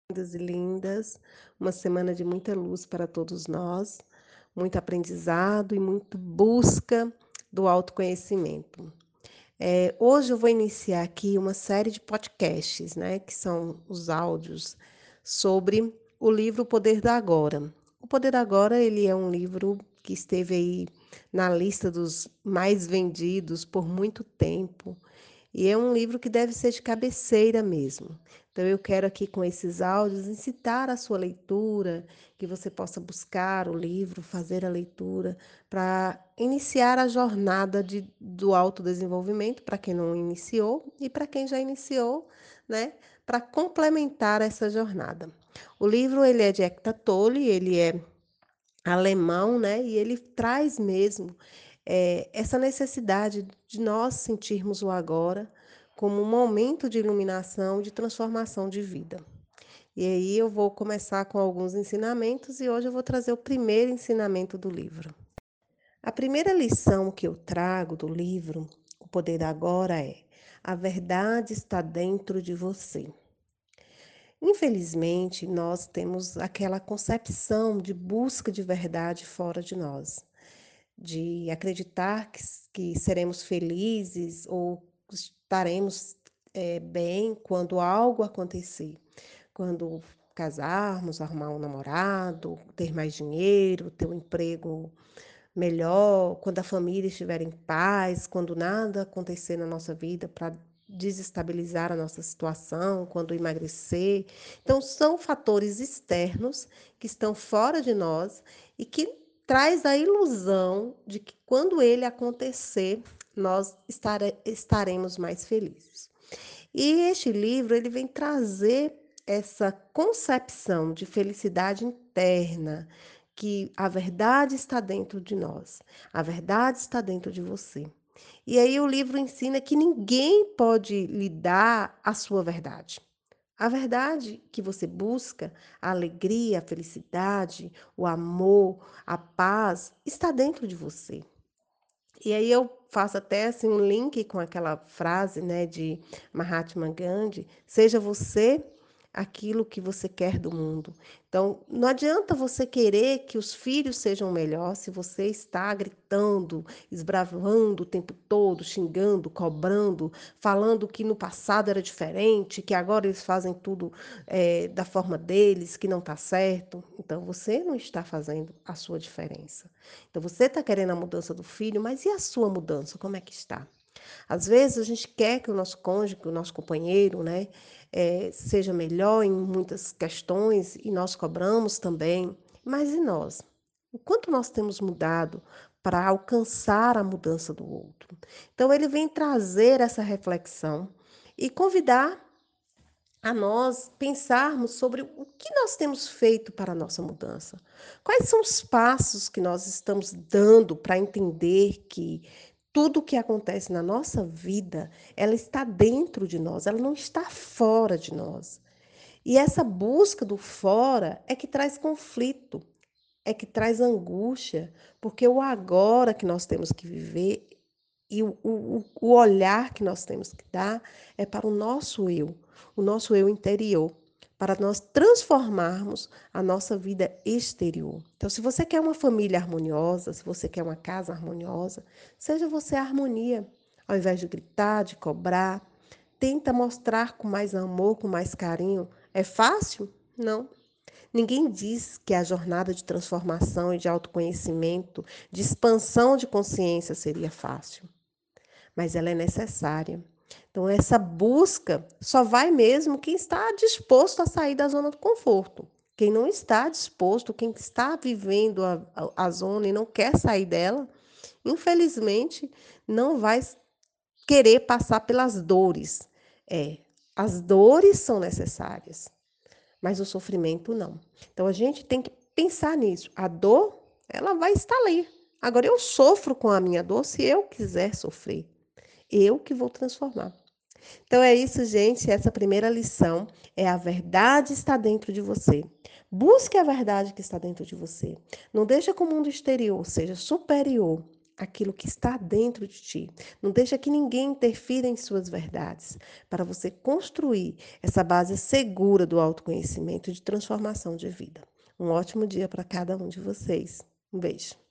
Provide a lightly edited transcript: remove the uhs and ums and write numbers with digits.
Lindas e lindas, uma semana de muita luz para todos nós, muito aprendizado e muita busca do autoconhecimento. Hoje eu vou iniciar aqui uma série de podcasts, né, que são os áudios sobre o livro O Poder do Agora. O Poder do Agora, ele é um livro que esteve aí na lista dos mais vendidos por muito tempo. E é um livro que deve ser de cabeceira mesmo. Então, eu quero aqui com esses áudios incitar a sua leitura, que você possa buscar o livro, fazer a leitura, para iniciar a jornada do autodesenvolvimento, para quem não iniciou, e para quem já iniciou, né, para complementar essa jornada. O livro ele é de Eckhart Tolle, ele é alemão, né? E ele traz mesmo essa necessidade de nós sentirmos o agora como um momento de iluminação, de transformação de vida. E aí eu vou começar com alguns ensinamentos e hoje eu vou trazer o primeiro ensinamento do livro. A primeira lição que eu trago do livro, O Poder da Agora, é: a verdade está dentro de você. Infelizmente, nós temos aquela concepção de busca de verdade fora de nós, de acreditar que seremos felizes ou estaremos bem quando algo acontecer, quando casarmos, arrumar um namorado, ter mais dinheiro, ter um emprego melhor, quando a família estiver em paz, quando nada acontecer na nossa vida para desestabilizar a nossa situação, quando emagrecer. Então, são fatores externos que estão fora de nós e que traz a ilusão de que quando ele acontecer, nós estaremos mais felizes. E este livro ele vem trazer essa concepção de felicidade interna, que a verdade está dentro de nós, a verdade está dentro de você. E aí o livro ensina que ninguém pode lhe dar a sua verdade. A verdade que você busca, a alegria, a felicidade, o amor, a paz, está dentro de você. E aí eu faço até assim um link com aquela frase, né, de Mahatma Gandhi: seja você aquilo que você quer do mundo. Então, não adianta você querer que os filhos sejam melhor se você está gritando, esbravando o tempo todo, xingando, cobrando, falando que no passado era diferente, que agora eles fazem tudo da forma deles, que não está certo. Então, você não está fazendo a sua diferença. Então, você está querendo a mudança do filho, mas e a sua mudança? Como é que está? Às vezes, a gente quer que o nosso cônjuge, que o nosso companheiro, né, seja melhor em muitas questões, e nós cobramos também, mas e nós? O quanto nós temos mudado para alcançar a mudança do outro? Então, ele vem trazer essa reflexão e convidar a nós pensarmos sobre o que nós temos feito para a nossa mudança. Quais são os passos que nós estamos dando para entender que tudo o que acontece na nossa vida, ela está dentro de nós, ela não está fora de nós. E essa busca do fora é que traz conflito, é que traz angústia, porque o agora que nós temos que viver e o olhar que nós temos que dar é para o nosso eu interior, para nós transformarmos a nossa vida exterior. Então, se você quer uma família harmoniosa, se você quer uma casa harmoniosa, seja você a harmonia. Ao invés de gritar, de cobrar, tenta mostrar com mais amor, com mais carinho. É fácil? Não. Ninguém diz que a jornada de transformação e de autoconhecimento, de expansão de consciência seria fácil, mas ela é necessária. Então, essa busca só vai mesmo quem está disposto a sair da zona do conforto. Quem não está disposto, quem está vivendo a zona e não quer sair dela, infelizmente, não vai querer passar pelas dores. É, as dores são necessárias, mas o sofrimento não. Então, a gente tem que pensar nisso. A dor, ela vai estar ali. Agora, eu sofro com a minha dor se eu quiser sofrer. Eu que vou transformar. Então é isso, gente. Essa primeira lição é: a verdade está dentro de você. Busque a verdade que está dentro de você. Não deixa que o mundo exterior seja superior aquilo que está dentro de ti. Não deixa que ninguém interfira em suas verdades, para você construir essa base segura do autoconhecimento e de transformação de vida. Um ótimo dia para cada um de vocês. Um beijo.